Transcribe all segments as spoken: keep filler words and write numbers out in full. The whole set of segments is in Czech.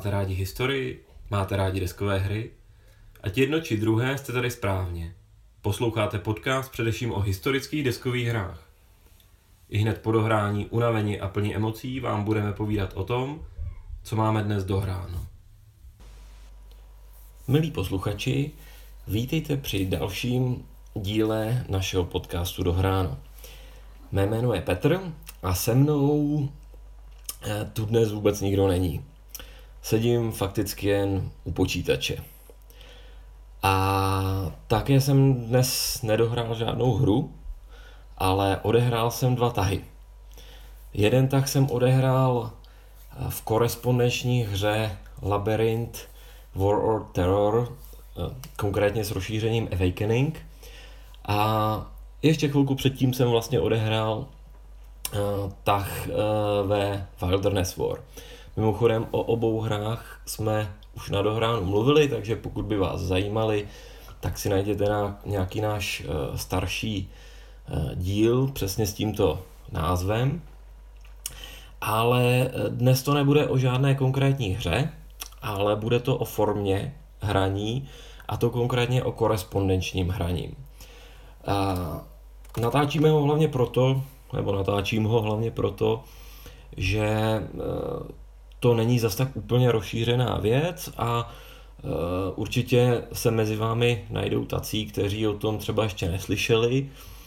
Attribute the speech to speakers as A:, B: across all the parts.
A: Máte rádi historii? Máte rádi deskové hry? Ať jedno či druhé jste tady správně. Posloucháte podcast především o historických deskových hrách. I hned po dohrání, unavení a plní emocí vám budeme povídat o tom, co máme dnes dohráno. Milí posluchači, vítejte při dalším díle našeho podcastu Dohráno. Mé jméno je Petr a se mnou tu dnes vůbec nikdo není. Sedím fakticky jen u počítače. A také jsem dnes nedohrál žádnou hru, ale odehrál jsem dva tahy. Jeden tah jsem odehrál v korespondenční hře Labyrinth War or Terror, konkrétně s rozšířením Awakening. A ještě chvilku předtím jsem vlastně odehrál tah ve Wilderness War. Mimochodem o obou hrách jsme už na Dohránu mluvili, takže pokud by vás zajímali, tak si najděte na nějaký náš starší díl přesně s tímto názvem. Ale dnes to nebude o žádné konkrétní hře, ale bude to o formě hraní, a to konkrétně o korespondenčním hraní. Natáčíme ho hlavně proto, nebo natáčím ho hlavně proto, že to není zas tak úplně rozšířená věc a určitě se mezi vámi najdou tací, kteří o tom třeba ještě neslyšeli,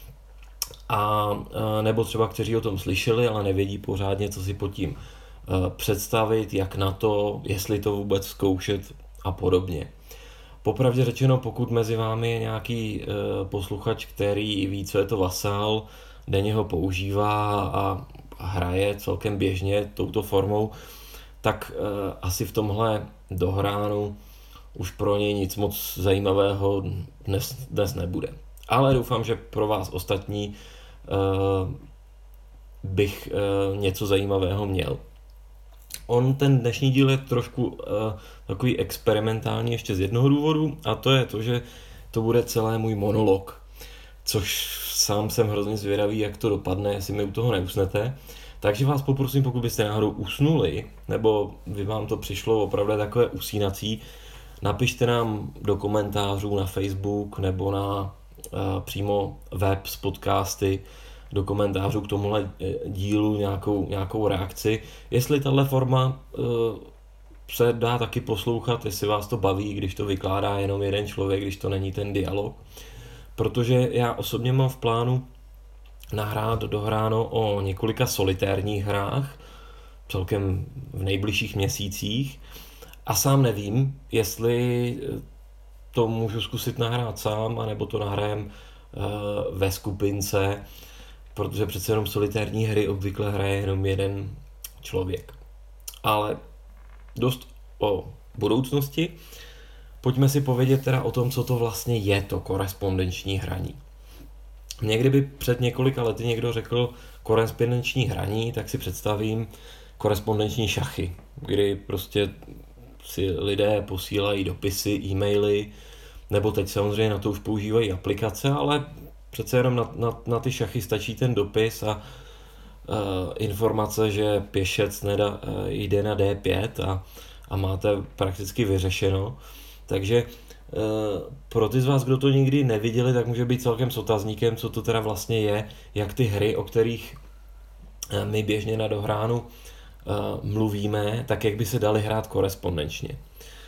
A: a nebo třeba kteří o tom slyšeli, ale nevědí pořádně, co si pod tím představit, jak na to, jestli to vůbec zkoušet a podobně. Popravdě řečeno, pokud mezi vámi je nějaký posluchač, který ví, co je to Vasal, denně ho používá a hraje celkem běžně touto formou, tak asi v tomhle Dohránu už pro něj nic moc zajímavého dnes, dnes nebude. Ale doufám, že pro vás ostatní uh, bych uh, něco zajímavého měl. On, ten dnešní díl je trošku uh, takový experimentální ještě z jednoho důvodu, a to je to, že to bude celé můj monolog. Což sám jsem hrozně zvědavý, jak to dopadne, jestli mi u toho neusnete. Takže vás poprosím, pokud byste náhodou usnuli, nebo by vám to přišlo opravdu takové usínací, napište nám do komentářů na Facebook nebo na uh, přímo web z podcasty, do komentářů k tomuhle dílu nějakou, nějakou reakci. Jestli tahle forma uh, se dá taky poslouchat, jestli vás to baví, když to vykládá jenom jeden člověk, když to není ten dialog. Protože já osobně mám v plánu nahrát Dohráno o několika solitérních hrách, celkem v nejbližších měsících, a sám nevím, jestli to můžu zkusit nahrát sám, anebo to nahrajem uh, ve skupince, protože přece jenom solitérní hry obvykle hraje jenom jeden člověk. Ale dost o budoucnosti. Pojďme si povědět teda o tom, co to vlastně je to korespondenční hraní. Mně kdyby před několika lety někdo řekl korespondenční hraní, tak si představím korespondenční šachy, kdy prostě si lidé posílají dopisy, e-maily, nebo teď samozřejmě na to už používají aplikace, ale přece jenom na, na, na ty šachy stačí ten dopis a uh, informace, že pěšec neda, uh, jde na D pět a, a máte prakticky vyřešeno. Takže pro ty z vás, kdo to nikdy neviděli, tak může být celkem s otazníkem, co to teda vlastně je, jak ty hry, o kterých my běžně na Dohránu mluvíme, tak jak by se daly hrát korespondenčně.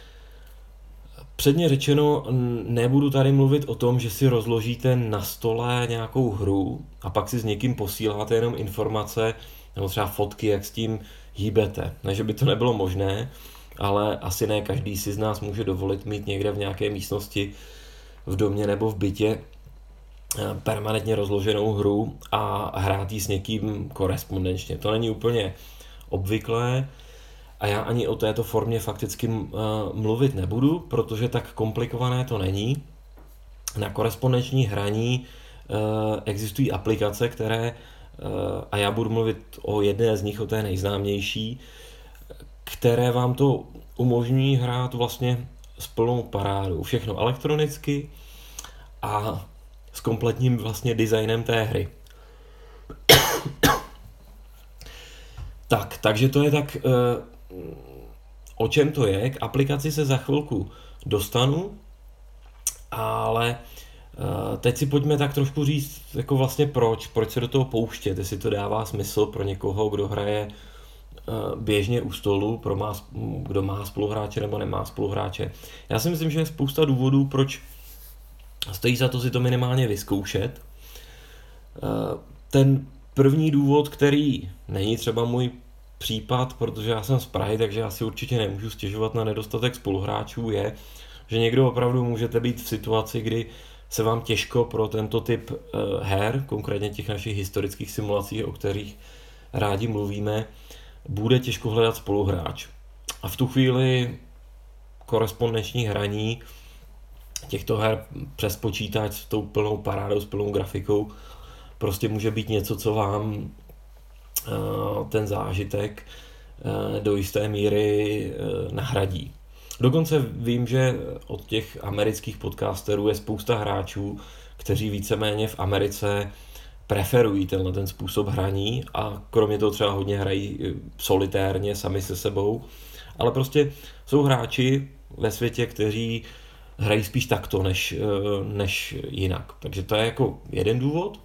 A: Předně řečeno, nebudu tady mluvit o tom, že si rozložíte na stole nějakou hru a pak si s někým posíláte jenom informace nebo třeba fotky, jak s tím hýbete. Ne, že by to nebylo možné, ale asi ne každý si z nás může dovolit mít někde v nějaké místnosti v domě nebo v bytě permanentně rozloženou hru a hrát ji s někým korespondenčně. To není úplně obvyklé a já ani o této formě fakticky mluvit nebudu, protože tak komplikované to není. Na korespondenční hraní existují aplikace, které, a já budu mluvit o jedné z nich, o té nejznámější, které vám to umožní hrát vlastně s plnou parádou. Všechno elektronicky a s kompletním vlastně designem té hry. Tak, takže to je tak uh, o čem to je, k aplikaci se za chvilku dostanu, ale teď si pojďme tak trošku říct, jako vlastně proč, proč se do toho pouštět, jestli to dává smysl pro někoho, kdo hraje běžně u stolu, pro má, kdo má spoluhráče nebo nemá spoluhráče. Já si myslím, že je spousta důvodů, proč stojí za to si to minimálně vyzkoušet. Ten první důvod, který není třeba můj případ, protože já jsem z Prahy, takže já si určitě nemůžu stěžovat na nedostatek spoluhráčů, je, že někdo opravdu můžete být v situaci, kdy se vám těžko pro tento typ her, konkrétně těch našich historických simulací, o kterých rádi mluvíme, bude těžko hledat spoluhráč. A v tu chvíli korespondenční hraní těchto her přes počítač s tou plnou parádou, s plnou grafikou prostě může být něco, co vám ten zážitek do jisté míry nahradí. Dokonce vím, že od těch amerických podcasterů je spousta hráčů, kteří víceméně v Americe preferují tenhle ten způsob hraní a kromě toho třeba hodně hrají solitérně sami se sebou, ale prostě jsou hráči ve světě, kteří hrají spíš takto než, než jinak. Takže to je jako jeden důvod.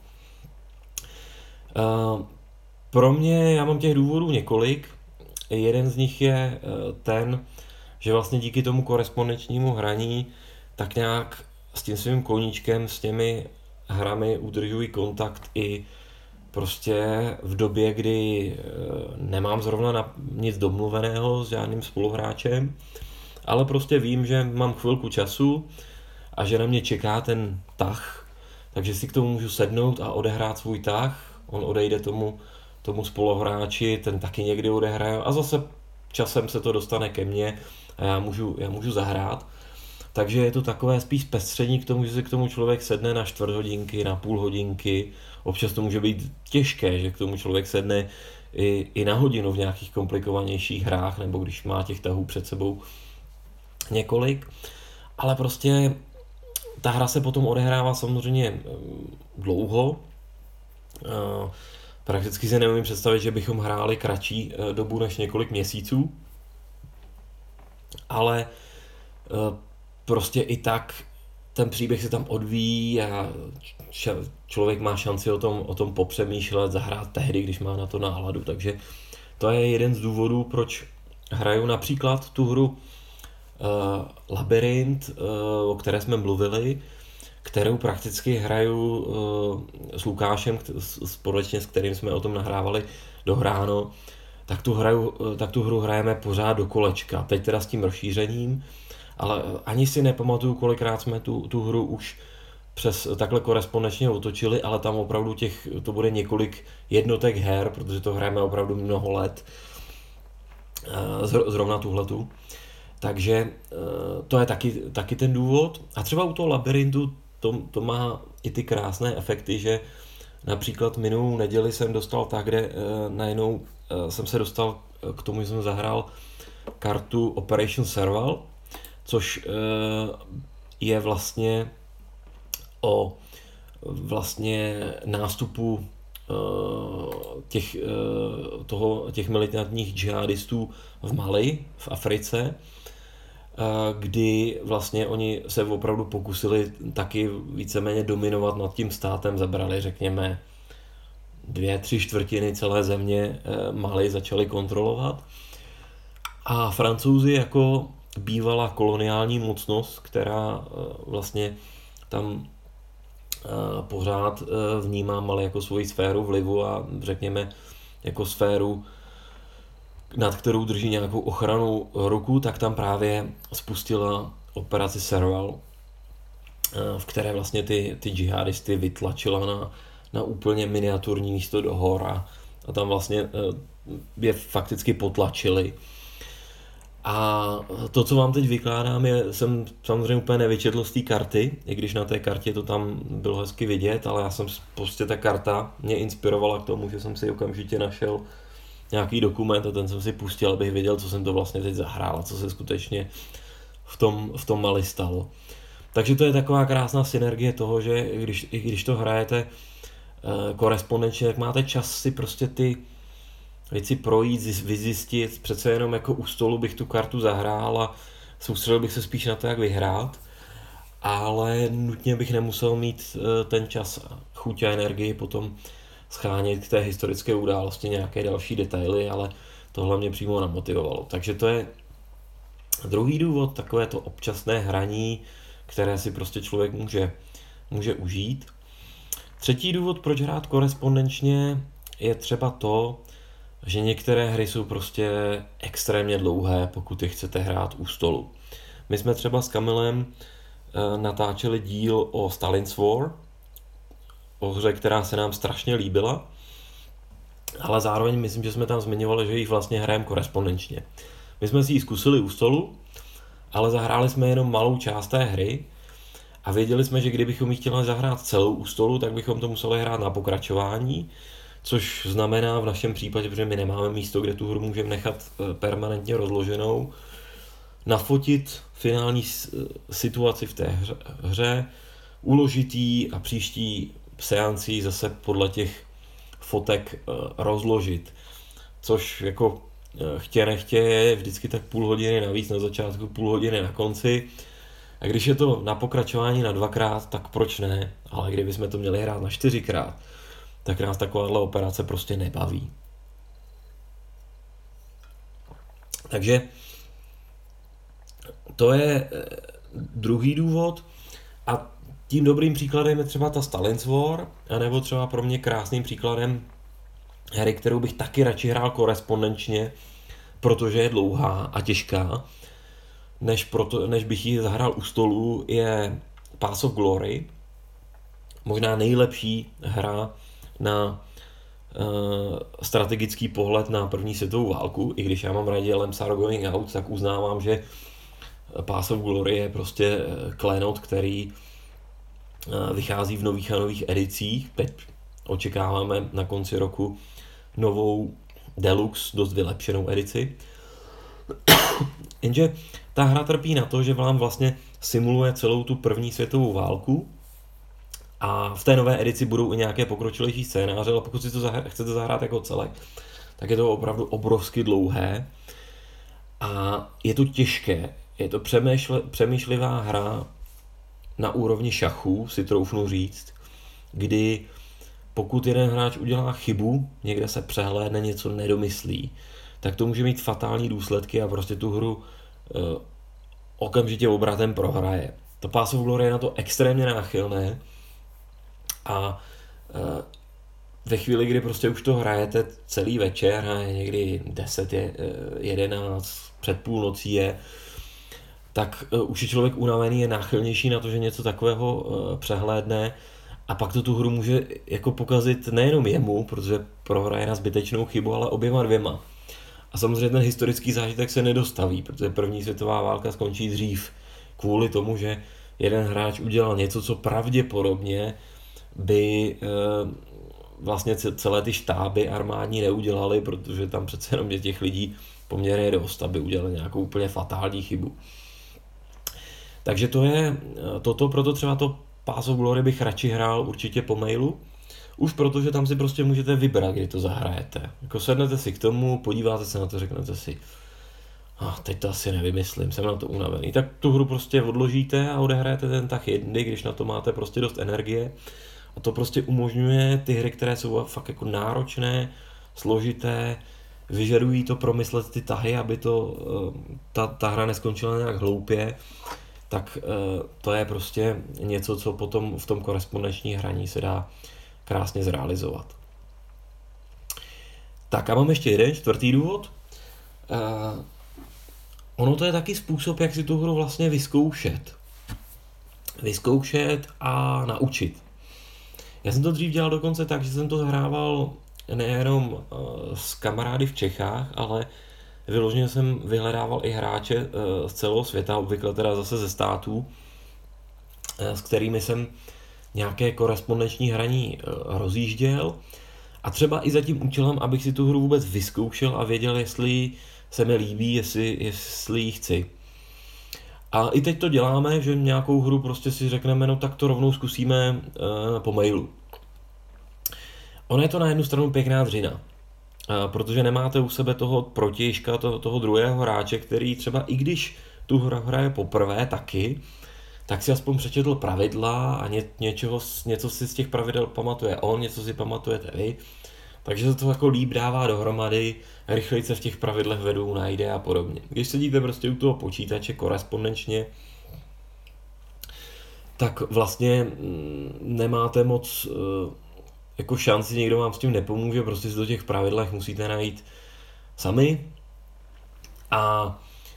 A: Pro mě, já mám těch důvodů několik. Jeden z nich je ten, že vlastně díky tomu korespondenčnímu hraní tak nějak s tím svým koníčkem, s těmi hrami udržuji kontakt i prostě v době, kdy nemám zrovna na nic domluveného s žádným spoluhráčem, ale prostě vím, že mám chvilku času a že na mě čeká ten tah, takže si k tomu můžu sednout a odehrát svůj tah, on odejde tomu, tomu spoluhráči, ten taky někdy odehraje a zase časem se to dostane ke mně a já můžu, já můžu zahrát. Takže je to takové spíš pestření k tomu, že se k tomu člověk sedne na čtvrt hodinky, na půl hodinky. Občas to může být těžké, že k tomu člověk sedne i, i na hodinu v nějakých komplikovanějších hrách, nebo když má těch tahů před sebou několik. Ale prostě ta hra se potom odehrává samozřejmě dlouho. Prakticky si neumím představit, že bychom hráli kratší dobu než několik měsíců. Ale prostě i tak ten příběh se tam odvíjí a člověk má šanci o tom, o tom popřemýšlet, zahrát tehdy, když má na to náladu. Takže to je jeden z důvodů, proč hraju například tu hru uh, Labyrint, uh, o které jsme mluvili, kterou prakticky hraju uh, s Lukášem, společně s kterým jsme o tom nahrávali dohráno, tak tu, hraju, tak tu hru hrajeme pořád do kolečka. Teď teda s tím rozšířením, ale ani si nepamatuju, kolikrát jsme tu, tu hru už přes takhle korespondenčně otočili, ale tam opravdu těch, to bude několik jednotek her, protože to hrajeme opravdu mnoho let, zrovna tuhletu. Takže to je taky, taky ten důvod. A třeba u toho Labyrintu to, to má i ty krásné efekty, že například minulou neděli jsem dostal tak, kde najednou jsem se dostal k tomu, že jsem zahrál kartu Operation Serval, což je vlastně o vlastně nástupu těch, toho, těch militantních džihadistů v Mali, v Africe, kdy vlastně oni se opravdu pokusili taky víceméně dominovat nad tím státem, zabrali řekněme dvě, tři čtvrtiny celé země Mali začali kontrolovat. A Francouzi jako bývalá koloniální mocnost, která vlastně tam pořád vnímá Mali jako svoji sféru vlivu a řekněme jako sféru, nad kterou drží nějakou ochranou ruku, tak tam právě spustila operaci Serval, v které vlastně ty, ty džihadisty vytlačila na, na úplně miniaturní místo do hor a, a tam vlastně je fakticky potlačili. A to, co vám teď vykládám, je, jsem samozřejmě úplně nevyčetl z té karty, i když na té kartě to tam bylo hezky vidět, ale já jsem prostě ta karta mě inspirovala k tomu, že jsem si okamžitě našel nějaký dokument a ten jsem si pustil, abych věděl, co jsem to vlastně teď zahrál a co se skutečně v tom, v tom Mali stalo. Takže to je taková krásná synergie toho, že když, i když to hrajete uh, korespondenčně, tak máte čas si prostě ty jít si projít, vyzjistit, přece jenom jako u stolu bych tu kartu zahrál a soustředil bych se spíš na to, jak vyhrát, ale nutně bych nemusel mít ten čas, chuť a energii potom schánět k té historické události nějaké další detaily, ale tohle mě přímo namotivovalo. Takže to je druhý důvod, takové to občasné hraní, které si prostě člověk může, může užít. Třetí důvod, proč hrát korespondenčně, je třeba to, že některé hry jsou prostě extrémně dlouhé, pokud je chcete hrát u stolu. My jsme třeba s Kamilem natáčeli díl o Stalin's War, o hře, která se nám strašně líbila, ale zároveň myslím, že jsme tam zmiňovali, že jich vlastně hrajeme korespondenčně. My jsme si ji zkusili u stolu, ale zahráli jsme jenom malou část té hry a věděli jsme, že kdybychom ji chtěli zahrát celou u stolu, tak bychom to museli hrát na pokračování, což znamená v našem případě, protože my nemáme místo, kde tu hru můžeme nechat permanentně rozloženou, nafotit finální situaci v té hře, hře uložit ji a příští seanci zase podle těch fotek rozložit, což jako chtě nechtě je vždycky tak půl hodiny navíc na začátku, půl hodiny na konci. A když je to na pokračování na dvakrát, tak proč ne? Ale kdybychom to měli hrát na čtyřikrát, tak nás takováhle operace prostě nebaví. Takže to je druhý důvod a tím dobrým příkladem je třeba ta Stalin's War, anebo třeba pro mě krásným příkladem hry, kterou bych taky radši hrál korespondenčně, protože je dlouhá a těžká, než, proto, než bych ji zahrál u stolu, je Path of Glory. Možná nejlepší hra na uh, strategický pohled na první světovou válku. I když já mám raději Lemsar Going Out, tak uznávám, že Path of Glory je prostě klenot, který uh, vychází v nových a nových edicích. Teď očekáváme na konci roku novou deluxe, dost vylepšenou edici. Jenže ta hra trpí na to, že vám vlastně simuluje celou tu první světovou válku a v té nové edici budou i nějaké pokročilejší scénáře, ale pokud si to zahra- chcete zahrát jako celek, tak je to opravdu obrovsky dlouhé a je to těžké. Je to přemýšle- přemýšlivá hra na úrovni šachu, si troufnu říct, kdy pokud jeden hráč udělá chybu, někde se přehlédne, něco nedomyslí, tak to může mít fatální důsledky a prostě tu hru uh, okamžitě obratem prohraje. To Path of Glory je na to extrémně náchylné a uh, ve chvíli, kdy prostě už to hrajete celý večer, a je někdy deset, jedenáct, před půlnocí je, tak uh, už je člověk unavený, je náchylnější na to, že něco takového uh, přehlédne a pak to tu hru může jako pokazit nejenom jemu, protože prohraje na zbytečnou chybu, ale oběma dvěma. A samozřejmě ten historický zážitek se nedostaví, protože první světová válka skončí dřív kvůli tomu, že jeden hráč udělal něco, co pravděpodobně by e, vlastně celé ty štáby armádní neudělali, protože tam přece jenom je těch lidí poměrně dost, aby udělali nějakou úplně fatální chybu. Takže to je toto, proto třeba to Path of Glory bych radši hrál určitě po mailu, už protože tam si prostě můžete vybrat, kdy to zahrajete. Jako sednete si k tomu, podíváte se na to, řeknete si, ah, teď to asi nevymyslím, jsem na to unavený. Tak tu hru prostě odložíte a odehrajete ten tah jedny, když na to máte prostě dost energie. A to prostě umožňuje ty hry, které jsou fakt jako náročné, složité, vyžadují to promyslet ty tahy, aby to, ta, ta hra neskončila nějak hloupě, tak to je prostě něco, co potom v tom korespondenční hraní se dá krásně zrealizovat. Tak a mám ještě jeden, čtvrtý důvod. Uh, ono to je taky způsob, jak si tu hru vlastně vyzkoušet. Vyzkoušet a naučit. Já jsem to dřív dělal dokonce tak, že jsem to zahrával nejenom uh, s kamarády v Čechách, ale vyloženě jsem vyhledával i hráče uh, z celého světa, obvykle teda zase ze států, uh, s kterými jsem nějaké korespondenční hraní rozjížděl a třeba i za tím účelem, abych si tu hru vůbec vyzkoušel a věděl, jestli se mi líbí, jestli, jestli ji chci. A i teď to děláme, že nějakou hru prostě si řekneme, no tak to rovnou zkusíme uh, po mailu. Ona je to na jednu stranu pěkná dřina. protože nemáte u sebe toho protějška, toho, toho druhého hráče, který třeba i když tu hru hraje poprvé taky, tak si aspoň přečetl pravidla a ně, něčeho, něco si z těch pravidel pamatuje on, něco si pamatujete vy. Takže se to jako líp dává dohromady, rychleji se v těch pravidlech vedou, najde a podobně. Když sedíte prostě u toho počítače korespondenčně, tak vlastně nemáte moc jako šanci, někdo vám s tím nepomůže, prostě si do těch pravidlech musíte najít sami. A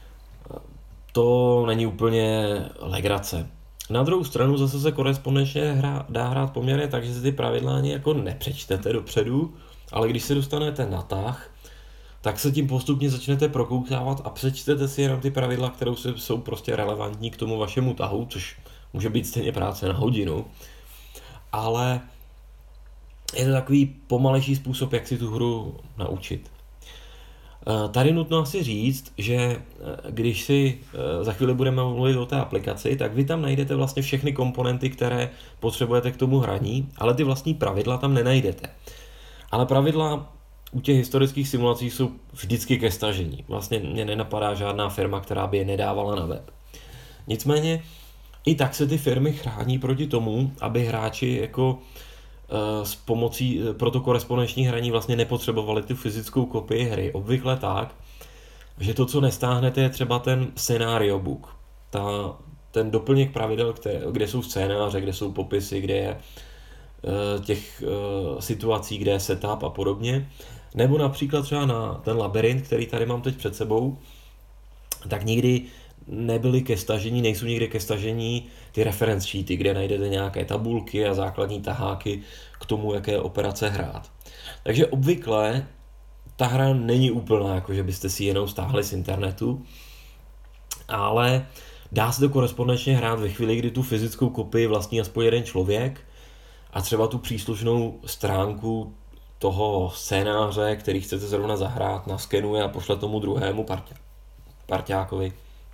A: to není úplně legrace. Na druhou stranu zase se korespondenčně hra, dá hrát poměrně tak, že si ty pravidla ani jako nepřečtete dopředu, ale když se dostanete na tah, tak se tím postupně začnete prokoukávat a přečtete si jenom ty pravidla, které jsou prostě relevantní k tomu vašemu tahu, což může být stejně práce na hodinu, ale je to takový pomalejší způsob, jak si tu hru naučit. Tady nutno asi říct, že když si za chvíli budeme mluvit o té aplikaci, tak vy tam najdete vlastně všechny komponenty, které potřebujete k tomu hraní, ale ty vlastní pravidla tam nenajdete. Ale pravidla u těch historických simulací jsou vždycky ke stažení. Vlastně mě nenapadá žádná firma, která by je nedávala na web. Nicméně i tak se ty firmy chrání proti tomu, aby hráči jako s pomocí pro to korespondenční hraní vlastně nepotřebovali tu fyzickou kopii hry. Obvykle tak, že to, co nestáhnete, je třeba ten scenario book. Ta, ten doplněk pravidel, které, kde jsou scénáře, kde jsou popisy, kde je těch situací, kde je setup a podobně. Nebo například třeba na ten labirint, který tady mám teď před sebou, tak nikdy nebyly ke stažení, nejsou nikdy ke stažení ty reference sheety, kde najdete nějaké tabulky a základní taháky k tomu, jaké operace hrát. Takže obvykle ta hra není úplná, jako že byste si jenom stáhli z internetu, ale dá se to korespondenčně hrát ve chvíli, kdy tu fyzickou kopii vlastní aspoň jeden člověk a třeba tu příslušnou stránku toho scénáře, který chcete zrovna zahrát, naskenuje a pošle tomu druhému partě, parťákovi.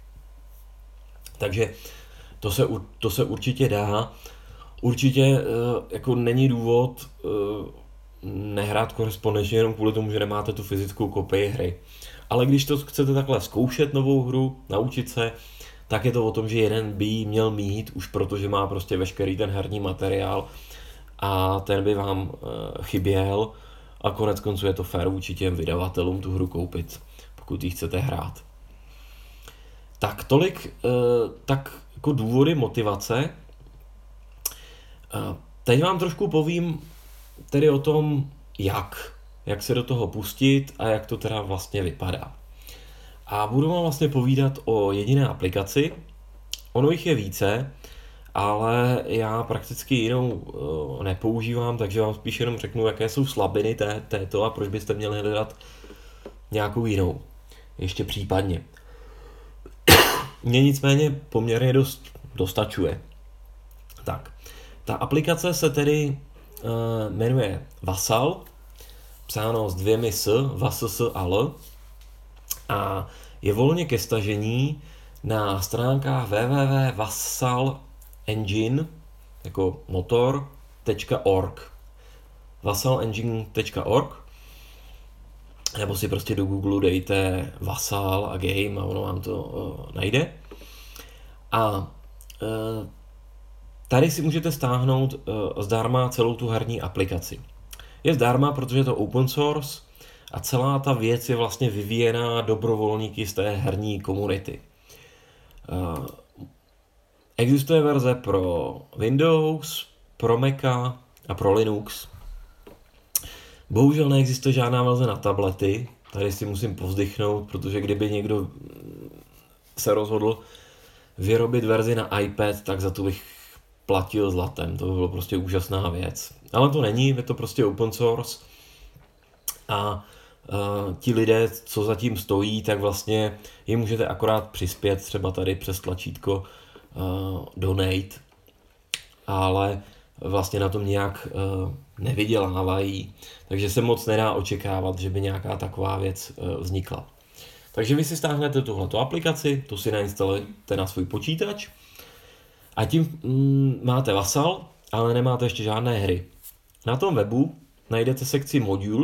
A: Takže to se, to se určitě dá. Určitě jako není důvod nehrát korespondenčně jenom kvůli tomu, že nemáte tu fyzickou kopii hry. Ale když to chcete takhle zkoušet novou hru, naučit se, tak je to o tom, že jeden by ji měl mít, už protože má prostě veškerý ten herní materiál a ten by vám chyběl a konec konců je to fér vůči těm vydavatelům tu hru koupit, pokud ji chcete hrát. Tak tolik tak jako důvody motivace. Teď vám trošku povím tedy o tom, jak, jak se do toho pustit a jak to teda vlastně vypadá. A budu vám vlastně povídat o jediné aplikaci. Ono jich je více, ale já prakticky jinou nepoužívám, takže vám spíš jenom řeknu, jaké jsou slabiny té, této a proč byste měli hledat nějakou jinou. Ještě případně. Mně nicméně poměrně dost dostačuje. Tak, ta aplikace se tedy uh, jmenuje Vassal, psáno s dvěmi s, Vass a l, a je volně ke stažení na stránkách w w w tečka vassal engine jako motor tečka org vassal engine tečka org, nebo si prostě do Google dejte Vassal a game a ono vám to uh, najde. A uh, tady si můžete stáhnout uh, zdarma celou tu herní aplikaci. Je zdarma, protože je to open source a celá ta věc je vlastně vyvíjená dobrovolníky z té herní komunity. Uh, existuje verze pro Windows, pro Maca a pro Linux. Bohužel neexistuje žádná verze na tablety, tady si musím povzdychnout, protože kdyby někdo se rozhodl vyrobit verzi na iPad, tak za to bych platil zlatem, to by bylo prostě úžasná věc. Ale to není, je to prostě open source a uh, ti lidé, co zatím stojí, tak vlastně jim můžete akorát přispět třeba tady přes tlačítko uh, donate, ale vlastně na tom nějak uh, nevydělávají, takže se moc nedá očekávat, že by nějaká taková věc uh, vznikla. Takže vy si stáhnete tuhletu aplikaci, tu si nainstalujete na svůj počítač a tím mm, máte Vassal, ale nemáte ještě žádné hry. Na tom webu najdete sekci Modules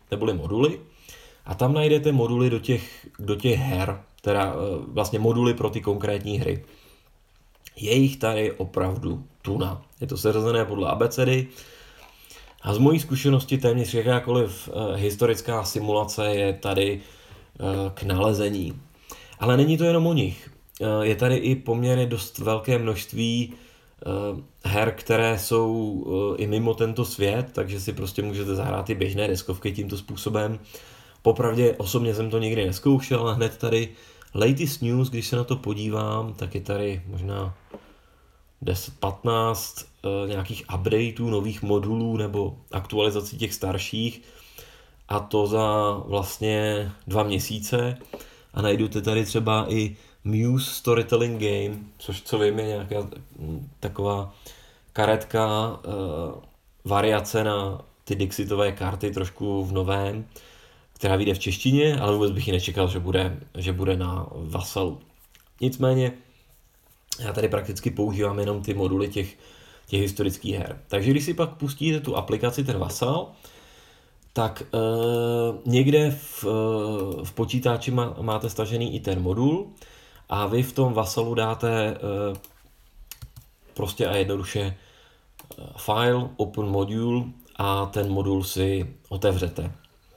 A: neboli moduly, a tam najdete moduly do těch, do těch her, teda vlastně moduly pro ty konkrétní hry. Je jich tady opravdu tuna. Je to seřazené podle abecedy a z mojí zkušenosti téměř jakákoliv historická simulace je tady k nalezení. Ale není to jenom o nich. Je tady i poměrně dost velké množství her, které jsou i mimo tento svět, takže si prostě můžete zahrát i běžné deskovky tímto způsobem. Popravdě osobně jsem to nikdy neskoušel, ale hned tady latest news, když se na to podívám, tak je tady možná deset patnáct nějakých updateů, nových modulů nebo aktualizací těch starších, a to za vlastně dva měsíce. A najdete tady třeba i Muse Storytelling Game, což co vím je nějaká taková karetka, uh, variace na ty Dixitové karty trošku v novém, která vyjde v češtině, ale vůbec bych ji nečekal, že bude, že bude na Vasalu. Nicméně já tady prakticky používám jenom ty moduly těch, těch historických her. Takže když si pak pustíte tu aplikaci, ten Vasal, tak e, někde v, v počítači má, máte stažený i ten modul a vy v tom Vasalu dáte e, prostě a jednoduše file, open module a ten modul si otevřete.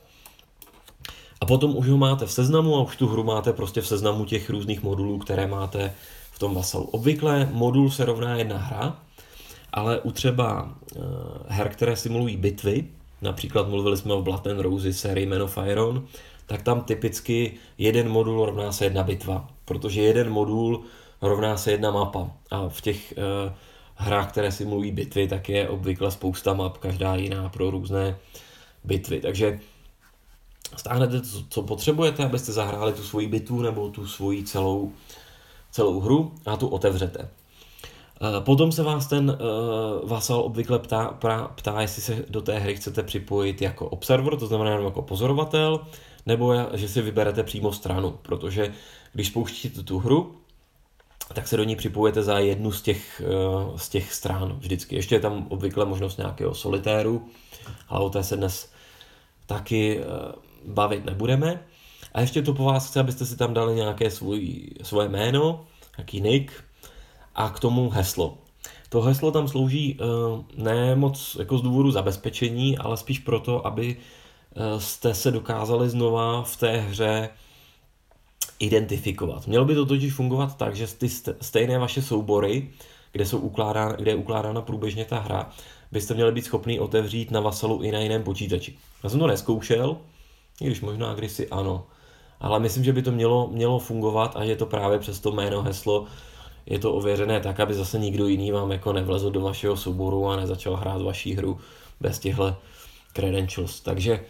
A: A potom už ho máte v seznamu a už tu hru máte prostě v seznamu těch různých modulů, které máte v tom Vasalu. Obvykle modul se rovná jedna hra, ale u třeba uh, her, které simulují bitvy, například mluvili jsme o Blood and Roses sérii Men of Iron, tak tam typicky jeden modul rovná se jedna bitva, protože jeden modul rovná se jedna mapa. A v těch uh, hrách, které simulují bitvy, tak je obvykle spousta map, každá jiná pro různé bitvy. Takže stáhnete, co potřebujete, abyste zahráli tu svoji bitvu nebo tu svoji celou, celou hru a tu otevřete. Potom se vás ten uh, Vasal obvykle ptá, ptá, ptá, jestli se do té hry chcete připojit jako observer, to znamená jenom jako pozorovatel, nebo že si vyberete přímo stranu, protože když spouštíte tu hru, tak se do ní připojujete za jednu z těch, uh, z těch stran vždycky. Ještě je tam obvykle možnost nějakého solitéru, ale o té se dnes taky uh, bavit nebudeme. A ještě to po vás chce, abyste si tam dali nějaké svůj, svoje jméno, nějaký nick, a k tomu heslo. To heslo tam slouží uh, ne moc jako z důvodu zabezpečení, ale spíš proto, aby uh, jste se dokázali znova v té hře identifikovat. Mělo by to totiž fungovat tak, že ty stejné vaše soubory, kde, jsou ukládána, kde je ukládána průběžně ta hra, byste měli být schopný otevřít na Vasalu i na jiném počítači. Já jsem to neskoušel, i když možná kdysi ano, ale myslím, že by to mělo, mělo fungovat a je to právě přes to jméno, heslo, je to ověřené tak, aby zase nikdo jiný vám jako nevlezl do vašeho souboru a nezačal hrát vaší hru bez těchto credentials. Takže,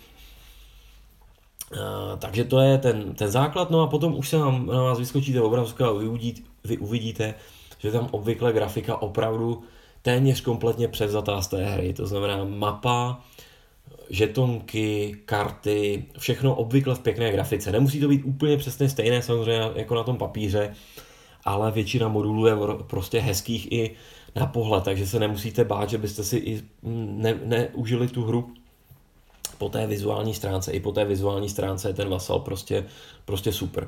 A: uh, takže to je ten, ten základ, no a potom už se vám, na vás vyskočíte obrazovka a vy uvidíte, vy uvidíte, že tam obvykle grafika opravdu téměř kompletně převzatá z té hry, to znamená mapa, žetonky, karty, všechno obvykle v pěkné grafice. Nemusí to být úplně přesně stejné samozřejmě jako na tom papíře, ale většina modulů je prostě hezkých i na pohled, takže se nemusíte bát, že byste si i ne, neužili tu hru po té vizuální stránce. I po té vizuální stránce je ten Vasal prostě, prostě super.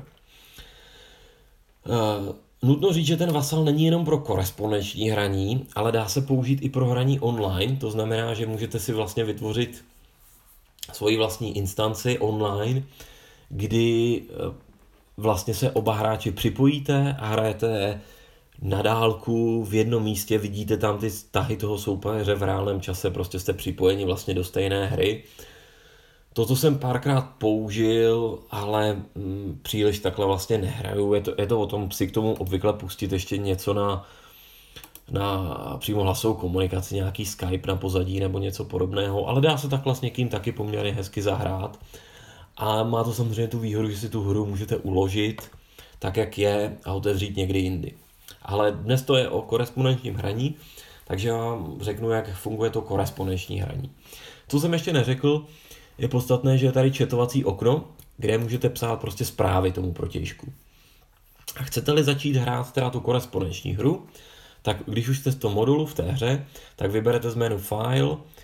A: Uh, nutno říct, že ten Vasal není jenom pro korespondenční hraní, ale dá se použít i pro hraní online, to znamená, že můžete si vlastně vytvořit svoji vlastní instanci online, kdy vlastně se oba hráči připojíte a hrajete na dálku v jednom místě, vidíte tam ty tahy toho soupeře v reálném čase, prostě jste připojeni vlastně do stejné hry. Toto jsem párkrát použil, ale mm, příliš takhle vlastně nehraju. Je to, je to o tom si k tomu obvykle pustit ještě něco na, na přímo hlasovou komunikaci, nějaký Skype na pozadí nebo něco podobného, ale dá se takhle s někým taky poměrně hezky zahrát. A má to samozřejmě tu výhodu, že si tu hru můžete uložit tak, jak je a otevřít někdy jindy. Ale dnes to je o korespondenčním hraní, takže vám řeknu, jak funguje to korespondenční hraní. Co jsem ještě neřekl, je podstatné, že je tady chatovací okno, kde můžete psát prostě zprávy tomu protějšku. A chcete-li začít hrát teda tu korespondenční hru, tak když už jste v tom modulu v té hře, tak vyberete z menu File,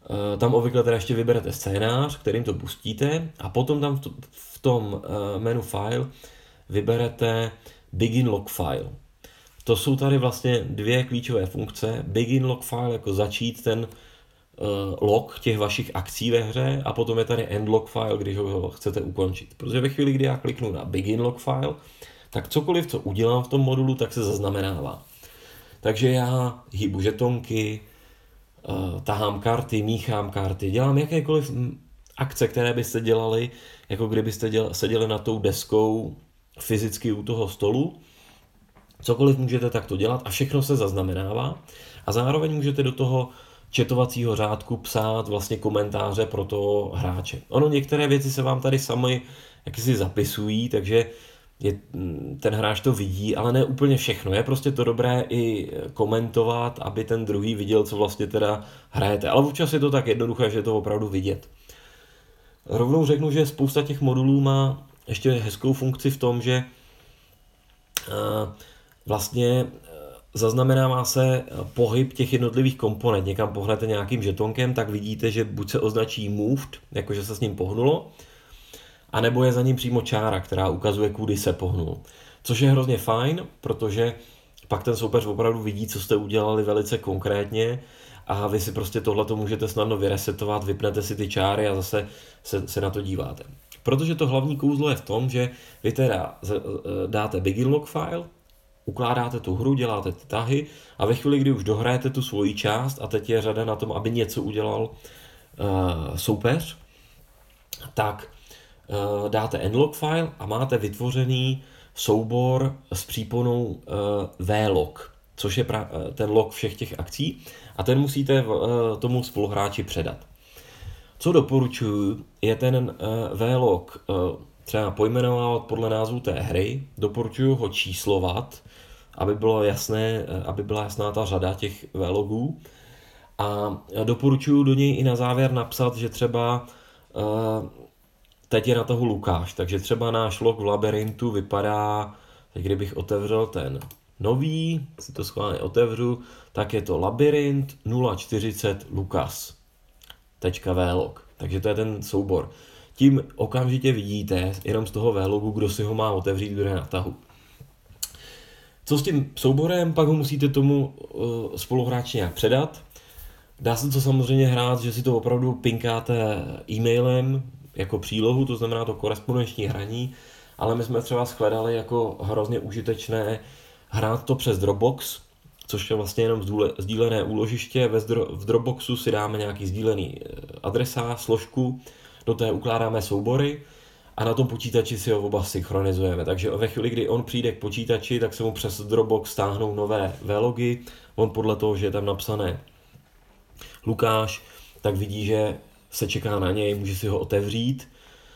A: Tam obvykle teda ještě vyberete scénář, kterým to pustíte a potom tam v tom menu file vyberete begin log file. To jsou tady vlastně dvě klíčové funkce. Begin log file jako začít ten log těch vašich akcí ve hře a potom je tady end log file, když ho chcete ukončit. Protože ve chvíli, kdy já kliknu na begin log file, tak cokoliv, co udělám v tom modulu, tak se zaznamenává. Takže já hýbu žetonky, tahám karty, míchám karty, dělám jakékoliv akce, které byste dělali, jako kdybyste děl, seděli na tou deskou fyzicky u toho stolu. Cokoliv můžete takto dělat a všechno se zaznamenává a zároveň můžete do toho chatovacího řádku psát vlastně komentáře pro toho hráče. Ono některé věci se vám tady sami jakýsi zapisují, takže je, ten hráč to vidí, ale ne úplně všechno. Je prostě to dobré i komentovat, aby ten druhý viděl, co vlastně teda hrajete. Ale občas je to tak jednoduché, že je to opravdu vidět. Rovnou řeknu, že spousta těch modulů má ještě hezkou funkci v tom, že vlastně zaznamenává se pohyb těch jednotlivých komponent. Někam pohnete nějakým žetonkem, tak vidíte, že buď se označí moved, jakože se s ním pohnulo, anebo je za ním přímo čára, která ukazuje, kudy se pohnul. Což je hrozně fajn, protože pak ten soupeř opravdu vidí, co jste udělali velice konkrétně a vy si prostě tohleto můžete snadno vyresetovat, vypnete si ty čáry a zase se, se na to díváte. Protože to hlavní kouzlo je v tom, že vy teda dáte begin log file, ukládáte tu hru, děláte ty tahy a ve chvíli, kdy už dohrajete tu svoji část a teď je řada na tom, aby něco udělal uh, soupeř, tak uh, dáte endlog file a máte vytvořený soubor s příponou uh, vlog, což je pra- ten log všech těch akcí a ten musíte uh, tomu spoluhráči předat. Co doporučuji, je ten uh, vlog uh, třeba pojmenovat podle názvu té hry, doporučuji ho číslovat, aby bylo jasné, aby byla jasná ta řada těch vlogů a doporučuji do něj i na závěr napsat, že třeba uh, teď je na tahu Lukáš, takže třeba náš log v labirintu vypadá, teď kdybych otevřel ten nový, si to schválně otevřu, tak je to labirint nula čtyřicet Lukas. Vlog. Takže to je ten soubor. Tím okamžitě vidíte, jenom z toho vlogu, kdo si ho má otevřít, kdo je na tahu. Co s tím souborem, pak ho musíte tomu uh, spoluhráči nějak předat. Dá se to samozřejmě hrát, že si to opravdu pinkáte e-mailem jako přílohu, to znamená to korespondenční hraní, ale my jsme třeba shledali jako hrozně užitečné hrát to přes Dropbox, což je vlastně jenom sdílené úložiště. V Dropboxu si dáme nějaký sdílený adresář, složku, do té ukládáme soubory a na tom počítači si ho oba synchronizujeme. Takže ve chvíli, kdy on přijde k počítači, tak se mu přes Dropbox stáhnou nové vlogy. On podle toho, že je tam napsané Lukáš, tak vidí, že se čeká na něj, může si ho otevřít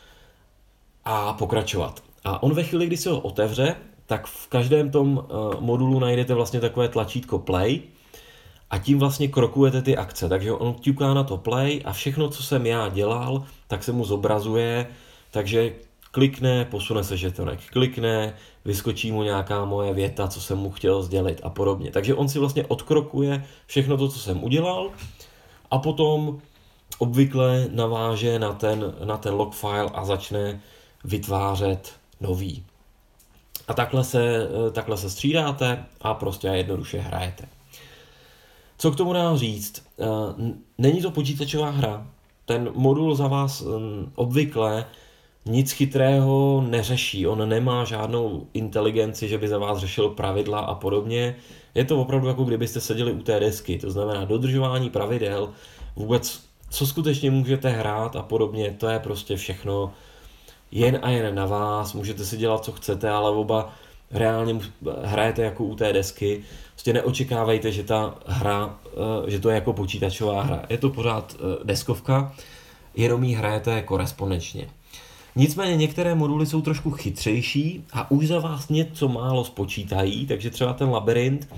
A: a pokračovat. A on ve chvíli, kdy si ho otevře, tak v každém tom modulu najdete vlastně takové tlačítko play a tím vlastně krokujete ty akce. Takže on ťuká na to play a všechno, co jsem já dělal, tak se mu zobrazuje, takže klikne, posune se žetonek, klikne, vyskočí mu nějaká moje věta, co jsem mu chtěl sdělit a podobně. Takže on si vlastně odkrokuje všechno to, co jsem udělal a potom obvykle naváže na ten, na ten log file a začne vytvářet nový. A takhle se, takhle se střídáte a prostě jednoduše hrajete. Co k tomu dám říct? Není to počítačová hra. Ten modul za vás obvykle nic chytrého neřeší. On nemá žádnou inteligenci, že by za vás řešil pravidla a podobně. Je to opravdu jako kdybyste seděli u té desky. To znamená dodržování pravidel, vůbec co skutečně můžete hrát a podobně, to je prostě všechno jen a jen na vás, můžete si dělat, co chcete, ale oba reálně hrajete jako u té desky. Prostě neočekávejte, že ta hra, že to je jako počítačová hra. Je to pořád deskovka, jenom ji hrajete korespondenčně. Nicméně některé moduly jsou trošku chytřejší a už za vás něco málo spočítají, takže třeba ten labirint,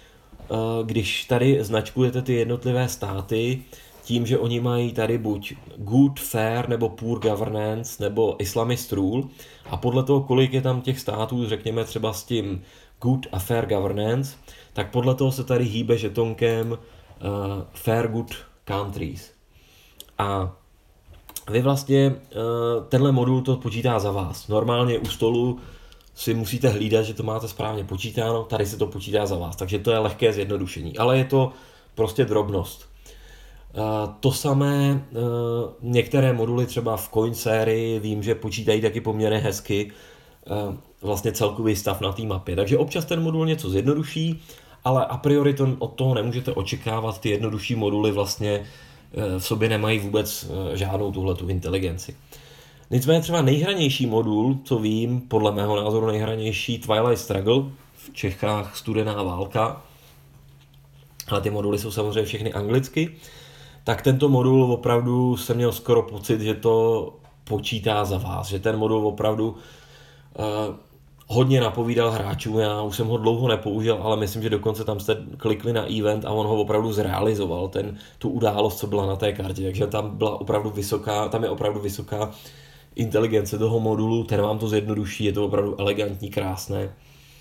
A: když tady značkujete ty jednotlivé státy, tím, že oni mají tady buď good, fair, nebo poor governance, nebo Islamist rule a podle toho, kolik je tam těch států, řekněme třeba s tím good a fair governance, tak podle toho se tady hýbe žetonkem uh, fair good countries. A vy vlastně tenhle modul to počítá za vás. Normálně u stolu si musíte hlídat, že to máte správně počítáno, tady se to počítá za vás, takže to je lehké zjednodušení, ale je to prostě drobnost. To samé, některé moduly třeba v Coin sérii vím, že počítají taky poměrně hezky vlastně celkový stav na té mapě, takže občas ten modul něco zjednoduší, ale a priori to, od toho nemůžete očekávat, ty jednodušší moduly vlastně v sobě nemají vůbec žádnou tuhletu inteligenci. Nicméně třeba nejhranější modul, co vím, podle mého názoru nejhranější Twilight Struggle, v Čechách Studená válka, ale ty moduly jsou samozřejmě všechny anglicky, tak tento modul opravdu jsem měl skoro pocit, že to počítá za vás, že ten modul opravdu uh, hodně napovídal hráčům, já už jsem ho dlouho nepoužil, ale myslím, že dokonce tam jste klikli na event a on ho opravdu zrealizoval, ten, tu událost, co byla na té kartě, takže tam byla opravdu vysoká, tam je opravdu vysoká inteligence toho modulu, ten vám to zjednoduší, je to opravdu elegantní, krásné.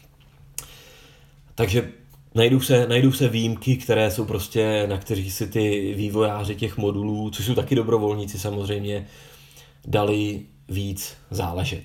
A: Takže najdou se, najdou se výjimky, které jsou prostě, na kterých si ty vývojáři těch modulů, což jsou taky dobrovolníci samozřejmě, dali víc záležet.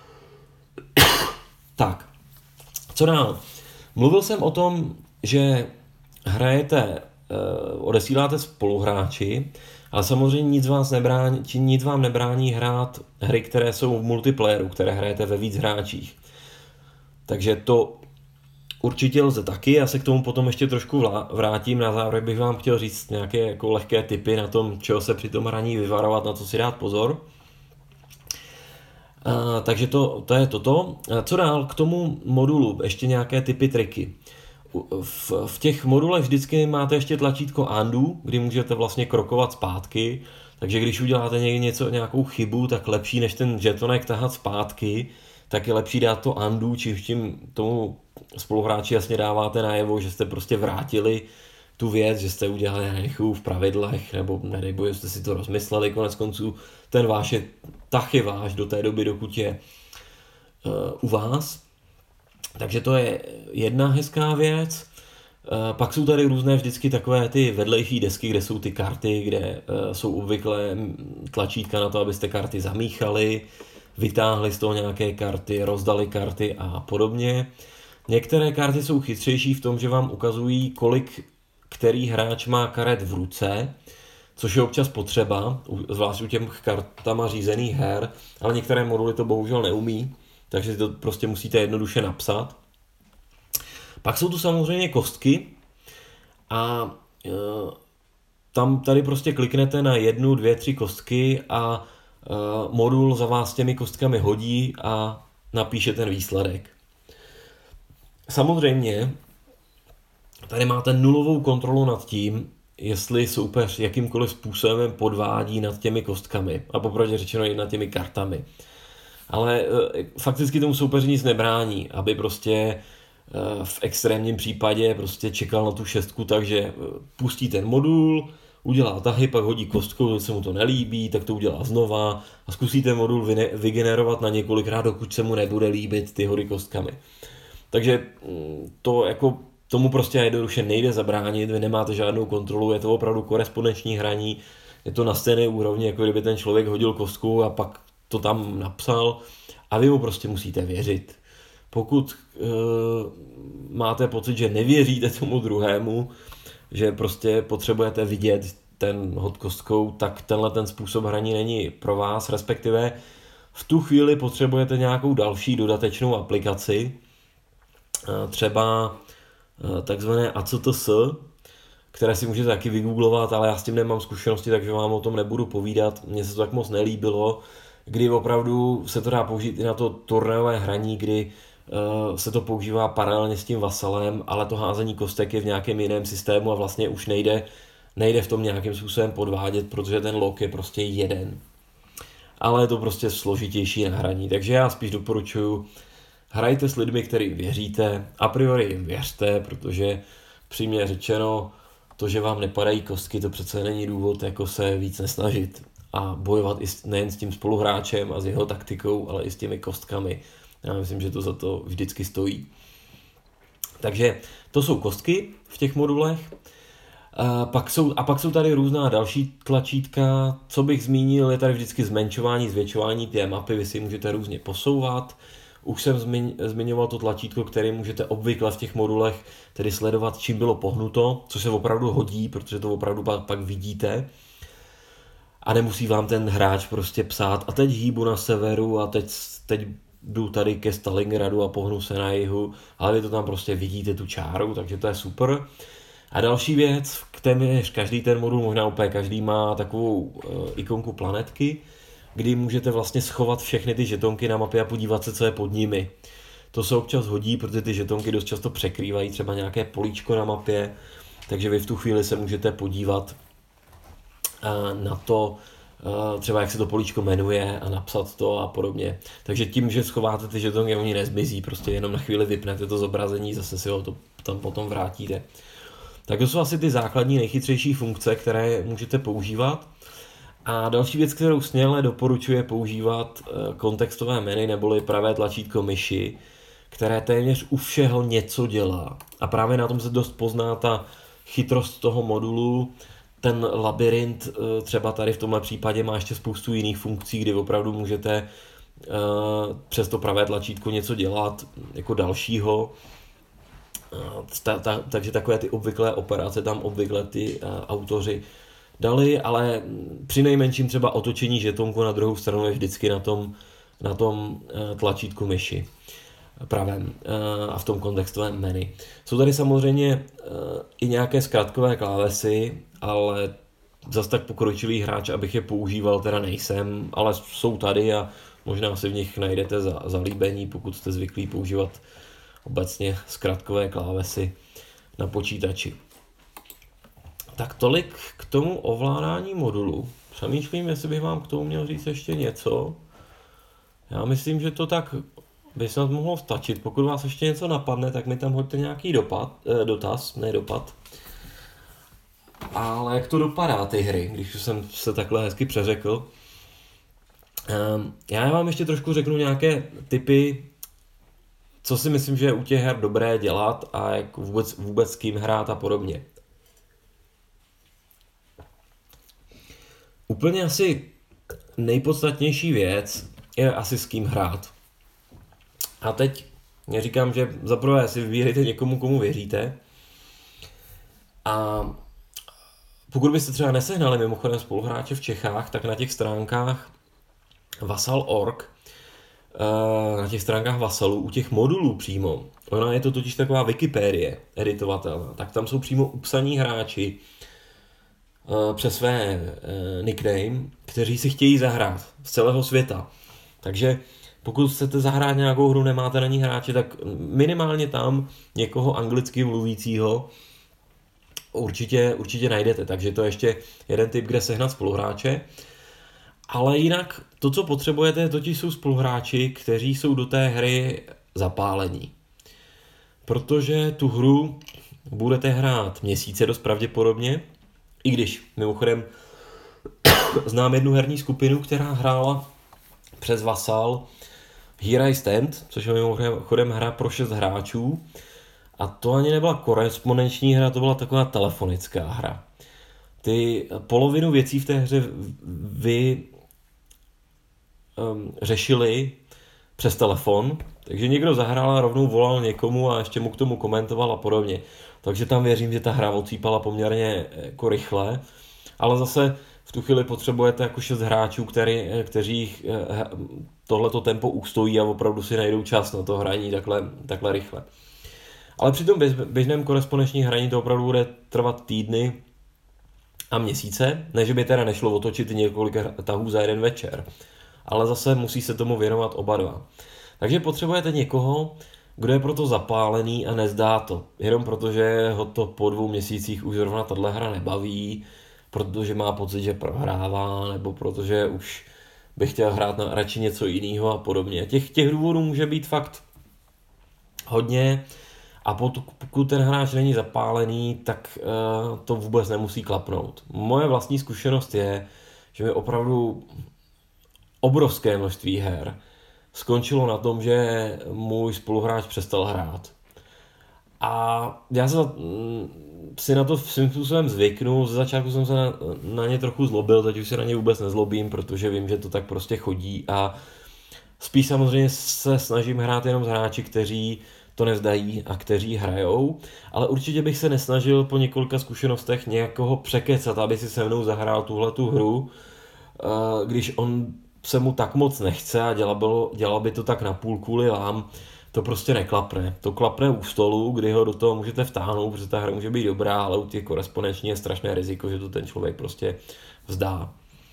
A: Tak, co dál? Mluvil jsem o tom, že hrajete, odesíláte spoluhráči, ale samozřejmě nic, vás nebrání, nic vám nebrání hrát hry, které jsou v multiplayeru, které hrajete ve víc hráčích. Takže to určitě lze taky, já se k tomu potom ještě trošku vrátím, na závěr bych vám chtěl říct nějaké jako lehké tipy na tom, čeho se při tom hraní vyvarovat, na co si dát pozor. A, takže to, to je toto. A co dál k tomu modulu? Ještě nějaké tipy, triky. V, v těch modulech vždycky máte ještě tlačítko undo, kdy můžete vlastně krokovat zpátky, takže když uděláte někdy něco, nějakou chybu, tak lepší než ten žetonek tahat zpátky, tak je lepší dát to undo, čímž tím tomu spoluhráči jasně dáváte najevo, že jste prostě vrátili tu věc, že jste udělali nějakou v pravidlech, nebo nedej bože, jste si to rozmysleli, konec konců ten váš je, tah je váš do té doby, dokud je uh, u vás. Takže to je jedna hezká věc. Uh, pak jsou tady různé vždycky takové ty vedlejší desky, kde jsou ty karty, kde uh, jsou obvykle tlačítka na to, abyste karty zamíchali, vytáhli z toho nějaké karty, rozdali karty a podobně. Některé karty jsou chytřejší v tom, že vám ukazují, kolik který hráč má karet v ruce, což je občas potřeba, zvlášť u těch kartama řízených her, ale některé moduly to bohužel neumí, takže si to prostě musíte jednoduše napsat. Pak jsou tu samozřejmě kostky a e, tam tady prostě kliknete na jednu, dvě, tři kostky a e, modul za vás těmi kostkami hodí a napíše ten výsledek. Samozřejmě tady máte nulovou kontrolu nad tím, jestli soupeř jakýmkoliv způsobem podvádí nad těmi kostkami a popravdě řečeno i nad těmi kartami. Ale e, fakticky tomu soupeři nic nebrání, aby prostě e, v extrémním případě prostě čekal na tu šestku, takže e, pustí ten modul, udělá tahy, pak hodí kostku, když se mu to nelíbí, tak to udělá znova a zkusí ten modul vyne, vygenerovat na několikrát, dokud se mu nebude líbit ty hody kostkami. Takže to jako tomu prostě jednoduše nejde zabránit, vy nemáte žádnou kontrolu, je to opravdu korespondenční hraní, je to na stejné úrovni, jako kdyby ten člověk hodil kostku a pak to tam napsal a vy mu prostě musíte věřit. Pokud e, máte pocit, že nevěříte tomu druhému, že prostě potřebujete vidět ten hod kostkou, tak tenhle ten způsob hraní není pro vás, respektive v tu chvíli potřebujete nějakou další dodatečnou aplikaci, e, třeba takzvané A C T S, které si můžete taky vygooglovat, ale já s tím nemám zkušenosti, takže vám o tom nebudu povídat. Mně se to tak moc nelíbilo, kdy opravdu se to dá použít i na to turnajové hraní, kdy uh, se to používá paralelně s tím vasalem, ale to házení kostek je v nějakém jiném systému a vlastně už nejde, nejde v tom nějakým způsobem podvádět, protože ten log je prostě jeden. Ale je to prostě složitější na hraní, takže já spíš doporučuji, hrajte s lidmi, kterým věříte, a priori jim věřte, protože přímě řečeno, to, že vám nepadají kostky, to přece není důvod jako se víc nesnažit a bojovat i nejen s tím spoluhráčem a s jeho taktikou, ale i s těmi kostkami. Já myslím, že to za to vždycky stojí. Takže to jsou kostky v těch modulech. A pak, jsou, a pak jsou tady různá další tlačítka. Co bych zmínil, je tady vždycky zmenšování, zvětšování té mapy, vy si můžete různě posouvat. Už jsem zmiň, zmiňoval to tlačítko, které můžete obvykle v těch modulech tedy sledovat, čím bylo pohnuto, což se opravdu hodí, protože to opravdu pak, pak vidíte. A nemusí vám ten hráč prostě psát a teď hýbu na severu a teď, teď jdu tady ke Stalingradu a pohnu se na jihu, ale vy to tam prostě vidíte tu čáru, takže to je super. A další věc, téměř každý ten modul, možná úplně každý, má takovou uh, ikonku planetky, kdy můžete vlastně schovat všechny ty žetonky na mapě a podívat se, co je pod nimi. To se občas hodí, protože ty žetonky dost často překrývají třeba nějaké políčko na mapě, takže vy v tu chvíli se můžete podívat uh, na to, uh, třeba jak se to políčko jmenuje a napsat to a podobně. Takže tím, že schováte ty žetonky, oni nezmizí, prostě jenom na chvíli vypnete to zobrazení, zase si ho to tam potom vrátíte. Tak to jsou asi ty základní nejchytřejší funkce, které můžete používat. A další věc, kterou směle doporučuje používat kontextové menu neboli pravé tlačítko myši, které téměř u všeho něco dělá. A právě na tom se dost pozná ta chytrost toho modulu. Ten labyrint třeba tady v tomhle případě má ještě spoustu jiných funkcí, kdy opravdu můžete přes to pravé tlačítko něco dělat jako dalšího. Ta, ta, takže takové ty obvyklé operace tam obvykle ty uh, autoři dali, ale při nejmenším třeba otočení žetonku na druhou stranu je vždycky na tom, na tom uh, tlačítku myši pravém uh, a v tom kontextovém menu. Jsou tady samozřejmě uh, i nějaké zkratkové klávesy, ale zas tak pokročilý hráč, abych je používal, teda nejsem, ale jsou tady a možná si v nich najdete za, zalíbení, pokud jste zvyklí používat obecně zkratkové klávesy na počítači. Tak tolik k tomu ovládání modulu. Přemýšlím, jestli bych vám k tomu měl říct ještě něco. Já myslím, že to tak by snad mohlo stačit. Pokud vás ještě něco napadne, tak mi tam hoďte nějaký dopad, eh, dotaz, ne dopad. Ale jak to dopadá ty hry, když jsem se takhle hezky přeřekl. Um, já vám ještě trošku řeknu nějaké tipy, co si myslím, že je u těch her dobré dělat a jak vůbec, vůbec s kým hrát a podobně. Úplně asi nejpodstatnější věc je asi s kým hrát. A teď neříkám, že zaprvé si vybírejte někomu, komu věříte. A pokud byste třeba nesehnali mimochodem spoluhráče v Čechách, tak na těch stránkách Vassal tečka org, na těch stránkách Vassalu, u těch modulů přímo, ona je to totiž taková Wikipedie editovatelná, tak tam jsou přímo upsaní hráči přes své nickname, kteří si chtějí zahrát z celého světa. Takže pokud chcete zahrát nějakou hru, nemáte na ní hráče, tak minimálně tam někoho anglicky mluvícího určitě, určitě najdete. Takže to je ještě jeden tip, kde sehnat spoluhráče. Ale jinak to, co potřebujete, totiž jsou spoluhráči, kteří jsou do té hry zapálení. Protože tu hru budete hrát měsíce dost pravděpodobně, i když mimochodem znám jednu herní skupinu, která hrála přes Vassal Here I Stand, což je mimochodem hra pro šest hráčů. A to ani nebyla korespondenční hra, to byla taková telefonická hra. Ty polovinu věcí v té hře vy um, řešili přes telefon, takže někdo zahrál a rovnou volal někomu a ještě mu k tomu komentoval a podobně. Takže tam věřím, že ta hra odsýpala poměrně jako rychle, ale zase v tu chvíli potřebujete jako šest hráčů, který, kteří tohleto tempo ustojí a opravdu si najdou čas na to hraní takhle, takhle rychle. Ale při tom běžném korespondenčním hraní to opravdu bude trvat týdny a měsíce, ne, že by teda nešlo otočit několik tahů za jeden večer, ale zase musí se tomu věnovat oba dva. Takže potřebujete někoho, kdo je proto zapálený a nezdá to, jenom protože ho to po dvou měsících už zrovna tahle hra nebaví, protože má pocit, že prohrává, nebo protože už by chtěl hrát na radši něco jiného a podobně. Těch, těch důvodů může být fakt hodně a pokud ten hráč není zapálený, tak uh, to vůbec nemusí klapnout. Moje vlastní zkušenost je, že mi opravdu obrovské množství her skončilo na tom, že můj spoluhráč přestal hrát. A já se, si na to svým způsobem zvyknu, ze začátku jsem se na, na ně trochu zlobil, teď už se na ně vůbec nezlobím, protože vím, že to tak prostě chodí a spíš samozřejmě se snažím hrát jenom s hráči, kteří to nevzdají a kteří hrajou, ale určitě bych se nesnažil po několika zkušenostech nějakého překecat, aby si se mnou zahrál tuhle tu hru, když on se mu tak moc nechce a dělal, bylo, dělal by to tak na půl kvůli vám, to prostě neklapne. To klapne u stolu, kdy ho do toho můžete vtáhnout, protože ta hra může být dobrá, ale u těch korespondenční je strašné riziko, že to ten člověk prostě vzdá.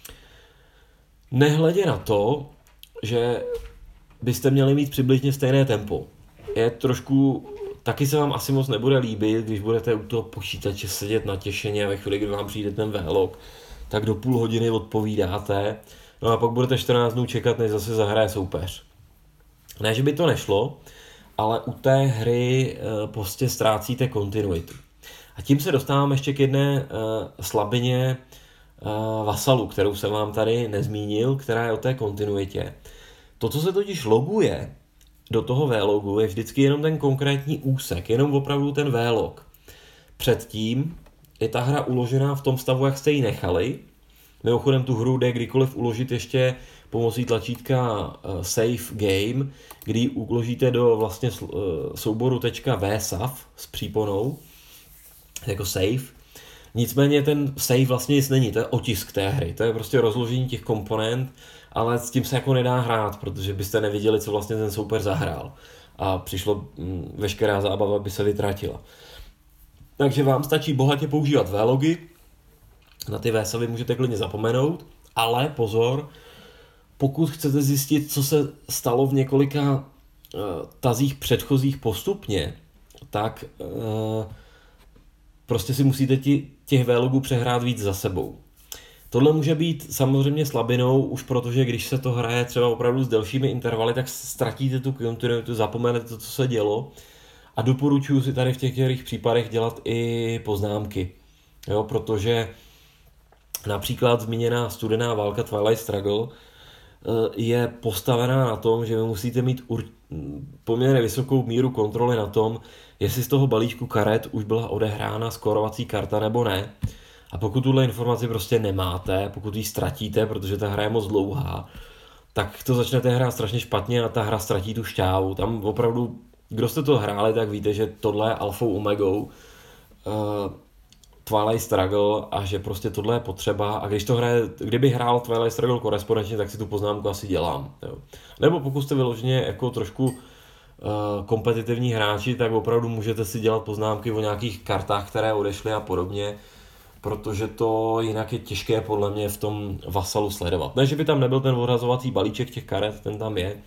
A: Nehledě na to, že byste měli mít přibližně stejné tempo. Je trošku, taky se vám asi moc nebude líbit, když budete u toho počítače sedět natěšeně a ve chvíli, kdy vám přijde ten vlog, tak do půl hodiny odpovídáte, no a pak budete čtrnáct dnů čekat, než zase zahraje soupeř. Ne, že by to nešlo, ale u té hry e, prostě ztrácíte kontinuitu. A tím se dostávám ještě k jedné e, slabině e, Vasalu, kterou jsem vám tady nezmínil, která je o té kontinuitě. To, co se totiž loguje do toho vlogu, je vždycky jenom ten konkrétní úsek, jenom opravdu ten vlog. Předtím je ta hra uložená v tom stavu, jak jste ji nechali. Mimochodem tu hru jde kdykoliv uložit ještě pomocí tlačítka Save Game, kdy ji uložíte do vlastně souboru .vsav s příponou, jako save. Nicméně ten save vlastně nic není, to je otisk té hry, to je prostě rozložení těch komponent, ale s tím se jako nedá hrát, protože byste neviděli, co vlastně ten soupeř zahrál a přišlo m, veškerá zábava by se vytratila. Takže vám stačí bohatě používat vlogy, na ty vsavy můžete klidně zapomenout, ale pozor, pokud chcete zjistit, co se stalo v několika uh, tazích předchozích postupně, tak uh, prostě si musíte ti, těch vlogů přehrát víc za sebou. Tohle může být samozřejmě slabinou, už protože když se to hraje třeba opravdu s delšími intervaly, tak ztratíte tu kontinuitu, zapomenete to, co se dělo. A doporučuji si tady v těch případech dělat i poznámky, jo, protože například zmíněná studená válka Twilight Struggle je postavená na tom, že vy musíte mít ur... poměrně vysokou míru kontroly na tom, jestli z toho balíčku karet už byla odehrána skórovací karta nebo ne. A pokud tuhle informaci prostě nemáte, pokud ji ztratíte, protože ta hra je moc dlouhá, tak to začnete hrát strašně špatně a ta hra ztratí tu šťávu. Tam opravdu, kdo jste to hráli, tak víte, že tohle je alfou omegou uh, Twilight Struggle a že prostě tohle je potřeba a když to hraje, kdyby hrál Twilight Struggle korespondenčně, tak si tu poznámku asi dělám. Jo. Nebo pokud jste vyloženě jako trošku uh, kompetitivní hráči, tak opravdu můžete si dělat poznámky o nějakých kartách, které odešly a podobně, protože to jinak je těžké podle mě v tom Vasalu sledovat. Ne, že by tam nebyl ten odhazovací balíček těch karet, ten tam je,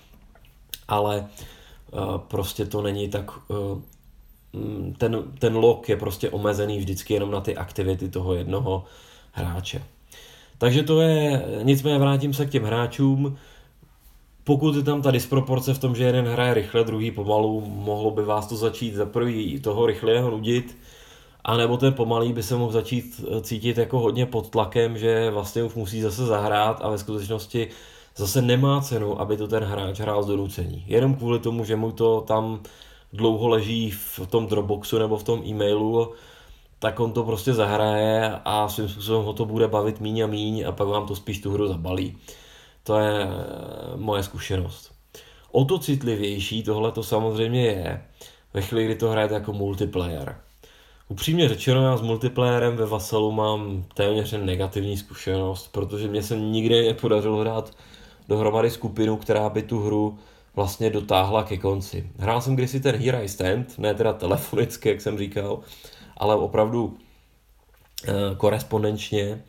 A: ale uh, prostě to není tak... Uh, ten, ten log je prostě omezený vždycky jenom na ty aktivity toho jednoho hráče. Takže to je, nicméně vrátím se k těm hráčům. Pokud je tam ta disproporce v tom, že jeden hraje rychle, druhý pomalu, mohlo by vás to začít za prvý toho rychlého nudit, anebo ten pomalý by se mohl začít cítit jako hodně pod tlakem, že vlastně už musí zase zahrát a ve skutečnosti zase nemá cenu, aby to ten hráč hrál z donucení. Jenom kvůli tomu, že mu to tam dlouho leží v tom Dropboxu nebo v tom e-mailu, tak on to prostě zahraje a svým způsobem ho to bude bavit míň a míň a pak vám to spíš tu hru zabalí. To je moje zkušenost. O to citlivější tohle to samozřejmě je ve chvíli, kdy to hrajete jako multiplayer. Upřímně řečeno, já s multiplayerem ve Vasalu mám téměř negativní zkušenost, protože mě se nikdy nepodařilo hrát dohromady skupinu, která by tu hru vlastně dotáhla ke konci. Hrál jsem kdysi ten Here I Stand, ne teda telefonicky, jak jsem říkal, ale opravdu e, korespondenčně.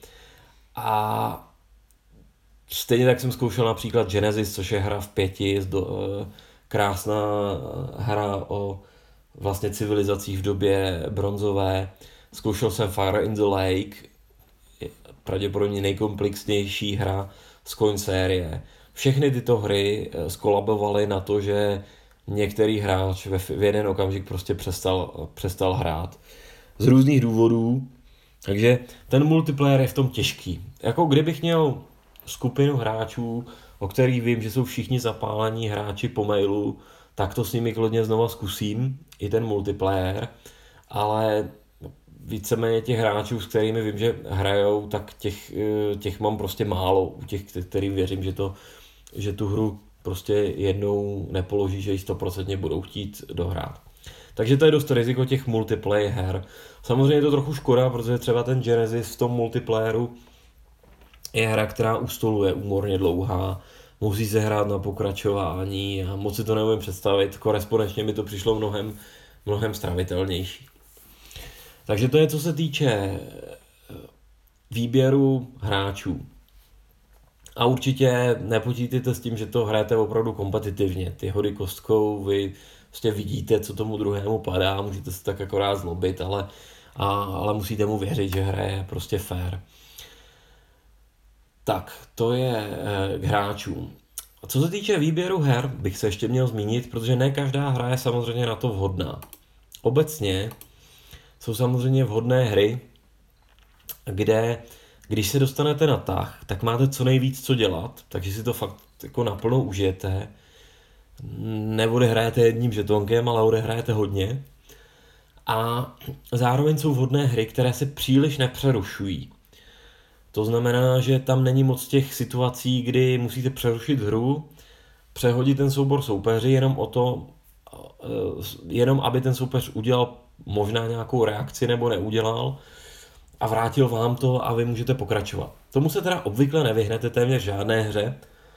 A: A stejně tak jsem zkoušel například Genesis, což je hra v pěti, do, e, krásná hra o vlastně civilizacích v době bronzové. Zkoušel jsem Fire in the Lake, pravděpodobně nejkomplexnější hra z Coin série. Všechny tyto hry skolabovaly na to, že některý hráč v jeden okamžik prostě přestal, přestal hrát. Z různých důvodů. Takže ten multiplayer je v tom těžký. Jako kdybych měl skupinu hráčů, o kterých vím, že jsou všichni zapálení hráči po mailu, tak to s nimi klidně znova zkusím, i ten multiplayer, ale víceméně těch hráčů, s kterými vím, že hrajou, tak těch, těch mám prostě málo, u těch, kterým věřím, že, to, že tu hru prostě jednou nepoloží, že ji stoprocentně budou chtít dohrát. Takže to je dost riziko těch multiplayer her. Samozřejmě je to trochu škoda, protože třeba ten Genesis v tom multiplayeru je hra, která u stolu je úmorně dlouhá, musí se hrát na pokračování a moc si to neumím představit, korespondenčně mi to přišlo mnohem, mnohem stravitelnější. Takže to je, co se týče výběru hráčů. A určitě nepočítejte s tím, že to hrajete opravdu kompetitivně. Ty hody kostkou, vy prostě vidíte, co tomu druhému padá, můžete se tak akorát zlobit, ale, a, ale musíte mu věřit, že hraje prostě fair. Tak, to je e, k hráčům. A co se týče výběru her, bych se ještě měl zmínit, protože ne každá hra je samozřejmě na to vhodná. Obecně jsou samozřejmě vhodné hry, kde když se dostanete na tah, tak máte co nejvíc co dělat, takže si to fakt jako naplno užijete. Neodehrajete jedním žetonkem, ale odehrajete hodně. A zároveň jsou vhodné hry, které se příliš nepřerušují. To znamená, že tam není moc těch situací, kdy musíte přerušit hru, přehodit ten soubor soupeři jenom o to, jenom aby ten soupeř udělal možná nějakou reakci nebo neudělal a vrátil vám to a vy můžete pokračovat. Tomu se teda obvykle nevyhnete téměř žádné hře.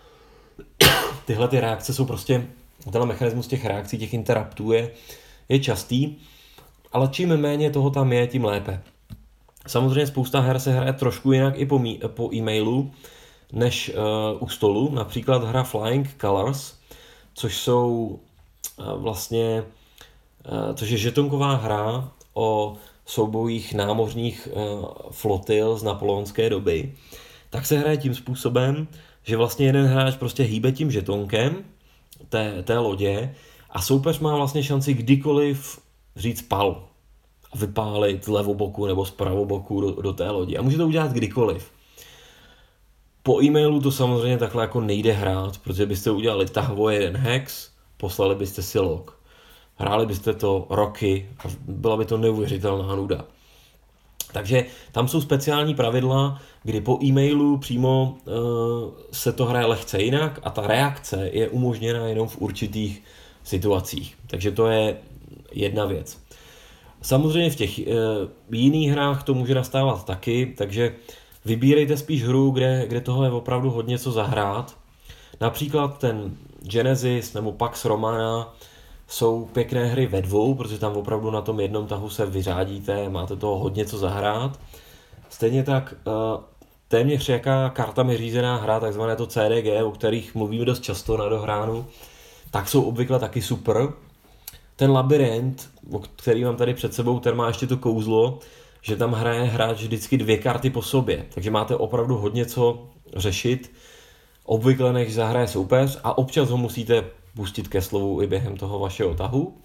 A: Tyhle ty reakce jsou prostě, tenhle mechanismus těch reakcí, těch interruptů je, je častý, ale čím méně toho tam je, tím lépe. Samozřejmě spousta her se hraje trošku jinak i po, mí, po e-mailu, než uh, u stolu. Například hra Flying Colors, což jsou uh, vlastně, uh, což je žetonková hra o soubojích námořních uh, flotil z napoleonské doby. Tak se hraje tím způsobem, že vlastně jeden hráč prostě hýbe tím žetonkem té, té lodě a soupeř má vlastně šanci kdykoliv říct pal a vypálit z levoboku nebo z pravoboku do, do té lodi. A může to udělat kdykoliv. Po e-mailu to samozřejmě takhle jako nejde hrát, protože byste udělali tahvo jeden hex, poslali byste si log. Hráli byste to roky a byla by to neuvěřitelná nuda. Takže tam jsou speciální pravidla, kdy po e-mailu přímo uh, se to hraje lehce jinak a ta reakce je umožněna jenom v určitých situacích. Takže to je jedna věc. Samozřejmě v těch uh, jiných hrách to může nastávat taky, takže vybírejte spíš hru, kde, kde toho je opravdu hodně co zahrát. Například ten Genesis nebo Pax Romana jsou pěkné hry ve dvou, protože tam opravdu na tom jednom tahu se vyřádíte, máte toho hodně co zahrát. Stejně tak téměř jaká kartami řízená hra, takzvané to C D G, o kterých mluvíme dost často na dohránu, tak jsou obvykle taky super. Ten labyrint, který mám tady před sebou, ten má ještě to kouzlo, že tam hraje hráč vždycky dvě karty po sobě, takže máte opravdu hodně co řešit, obvykle než zahraje soupeř a občas ho musíte pustit ke slovu i během toho vašeho tahu.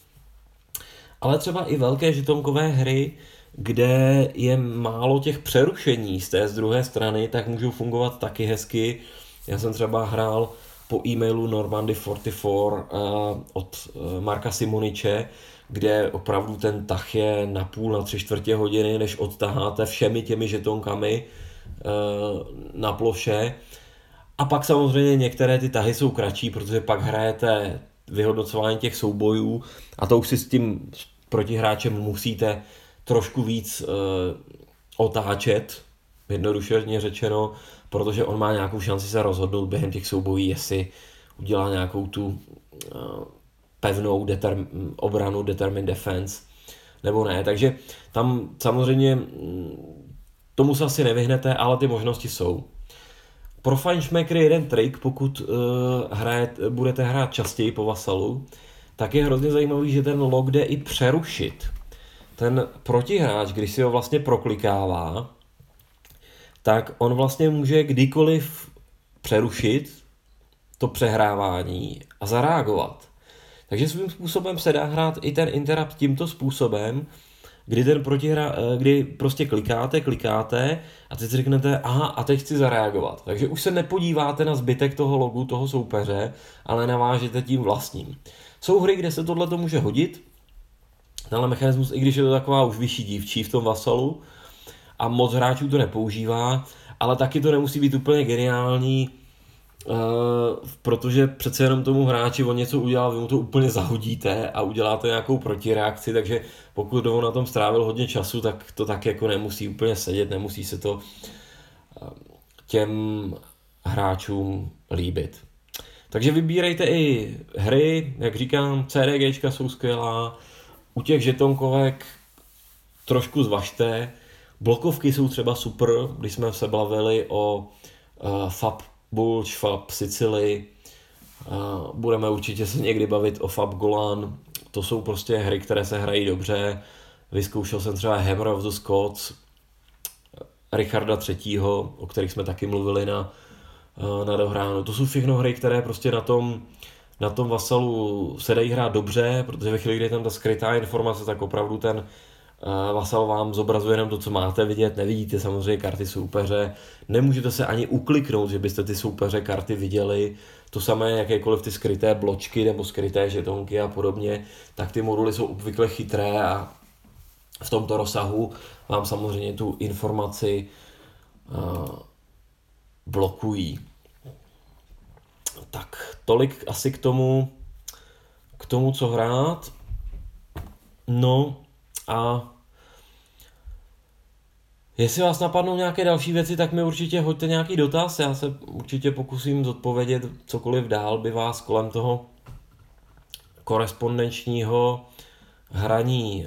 A: Ale třeba i velké žetonkové hry, kde je málo těch přerušení z té z druhé strany, tak můžou fungovat taky hezky. Já jsem třeba hrál po e-mailu Normandy čtyřicet čtyři uh, od uh, Marka Simoniče, kde opravdu ten tah je na půl, na tři čtvrtě hodiny, než odtaháte všemi těmi žetonkami uh, na ploše. A pak samozřejmě některé ty tahy jsou kratší, protože pak hrajete vyhodnocování těch soubojů a to už si s tím protihráčem musíte trošku víc e, otáčet, jednoduše řečeno, protože on má nějakou šanci se rozhodnout během těch soubojí, jestli udělá nějakou tu e, pevnou determ, obranu, determined defense, nebo ne. Takže tam samozřejmě tomu se asi nevyhnete, ale ty možnosti jsou. Pro fajnšmekry jeden trik, pokud uh, hrajet, budete hrát častěji po vasalu, tak je hrozně zajímavý, že ten log jde i přerušit. Ten protihráč, když si ho vlastně proklikává, tak on vlastně může kdykoliv přerušit to přehrávání a zareagovat. Takže svým způsobem se dá hrát i ten interrupt tímto způsobem, kdy ten protihra, kdy prostě klikáte, klikáte a teď si řeknete, aha, a teď chci zareagovat. Takže už se nepodíváte na zbytek toho logu, toho soupeře, ale navážete tím vlastním. Jsou hry, kde se tohle to může hodit, tenhle mechanismus, i když je to taková už vyšší dívčí v tom vasalu a moc hráčů to nepoužívá, ale taky to nemusí být úplně geniální, Uh, protože přece jenom tomu hráči on něco udělal, vy mu to úplně zahodíte a uděláte nějakou protireakci, takže pokud on na tom strávil hodně času, tak to tak jako nemusí úplně sedět, nemusí se to uh, těm hráčům líbit. Takže vybírejte i hry, jak říkám, CDGčka jsou skvělá, u těch žetonkovek trošku zvažte, blokovky jsou třeba super, když jsme se bavili o uh, Fab Bulge, Fab Sicily, uh, budeme určitě se někdy bavit o Fab Golan, to jsou prostě hry, které se hrají dobře, vyzkoušel jsem třeba Hammer of the Scots, Richarda třetího, o kterých jsme taky mluvili na, uh, na dohránu, to jsou všechno hry, které prostě na tom, na tom vasalu se dají hrát dobře, protože ve chvíli, kdy je tam ta skrytá informace, tak opravdu ten vasal vám zobrazuje jenom to, co máte vidět, nevidíte samozřejmě karty soupeře, nemůžete se ani ukliknout, že byste ty soupeře karty viděli, to samé jakékoliv ty skryté bločky nebo skryté žetonky a podobně, tak ty moduly jsou obvykle chytré a v tomto rozsahu vám samozřejmě tu informaci uh, blokují. Tak, tolik asi k tomu, k tomu, co hrát. No a jestli vás napadnou nějaké další věci, tak mi určitě hoďte nějaký dotaz, já se určitě pokusím zodpovědět cokoliv dál by vás kolem toho korespondenčního hraní e,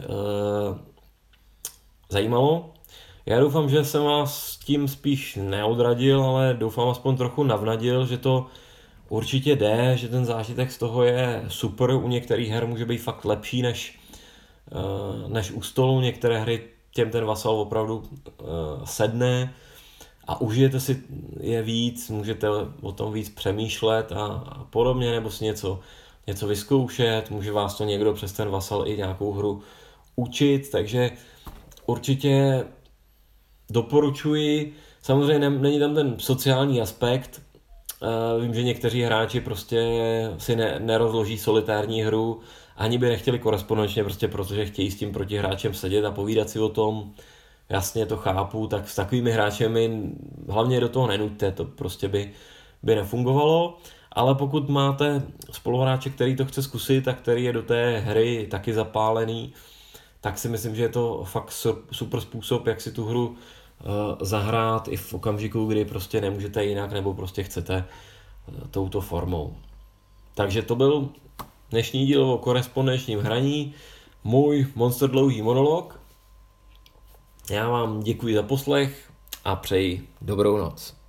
A: zajímalo. Já doufám, že jsem vás tím spíš neodradil, ale doufám aspoň trochu navnadil, že to určitě jde, že ten zážitek z toho je super, u některých her může být fakt lepší než, e, než u stolu, některé hry těm ten vasal opravdu uh, sedne a užijete si je víc, můžete o tom víc přemýšlet a, a podobně, nebo si něco, něco vyzkoušet, může vás to někdo přes ten vasal i nějakou hru učit, takže určitě doporučuji. Samozřejmě ne, není tam ten sociální aspekt, uh, vím, že někteří hráči prostě si ne, nerozloží solitární hru, ani by nechtěli korespondenčně, prostě protože chtějí s tím protihráčem sedět a povídat si o tom. Jasně, to chápu, tak s takovými hráčemi hlavně do toho nenuďte, to prostě by, by nefungovalo. Ale pokud máte spoluhráče, který to chce zkusit a který je do té hry taky zapálený, tak si myslím, že je to fakt super způsob, jak si tu hru uh, zahrát i v okamžiku, kdy prostě nemůžete jinak nebo prostě chcete uh, touto formou. Takže to byl dnešní díl o korespondenčním hraní, můj monster dlouhý monolog. Já vám děkuji za poslech a přeji dobrou noc.